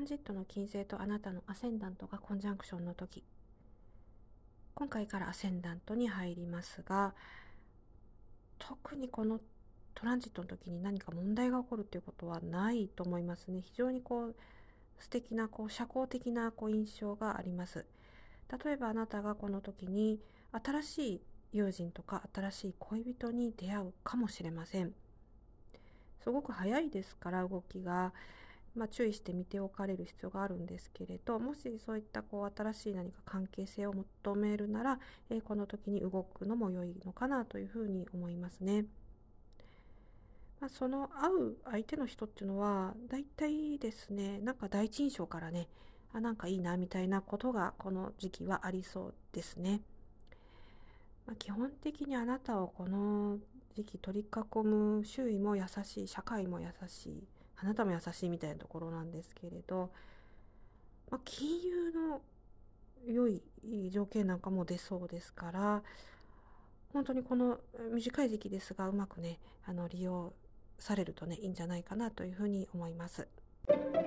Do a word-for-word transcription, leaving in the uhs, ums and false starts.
ンジットの金星とあなたのアセンダントがコンジャンクションの時、今回からアセンダントに入りますが、特にこのトランジットの時に何か問題が起こるということはないと思いますね。非常にこう素敵なこう社交的なこう印象があります。例えばあなたがこの時に新しい友人とか新しい恋人に出会うかもしれません。すごく早いですから動きが、まあ、注意して見ておかれる必要があるんですけれど、もしそういったこう新しい何か関係性を求めるなら、えーこの時に動くのも良いのかなというふうに思いますね。まあ、その会う相手の人っていうのはだいたいですね、なんか第一印象からね、あ、なんかいいなみたいなことがこの時期はありそうですね。まあ、基本的にあなたをこの時期取り囲む周囲も優しい、社会も優しい、あなたも優しいみたいなところなんですけれど、まあ、金融の良い条件なんかも出そうですから、本当にこの短い時期ですがうまくね、あの利用されるとね、いいんじゃないかなというふうに思います。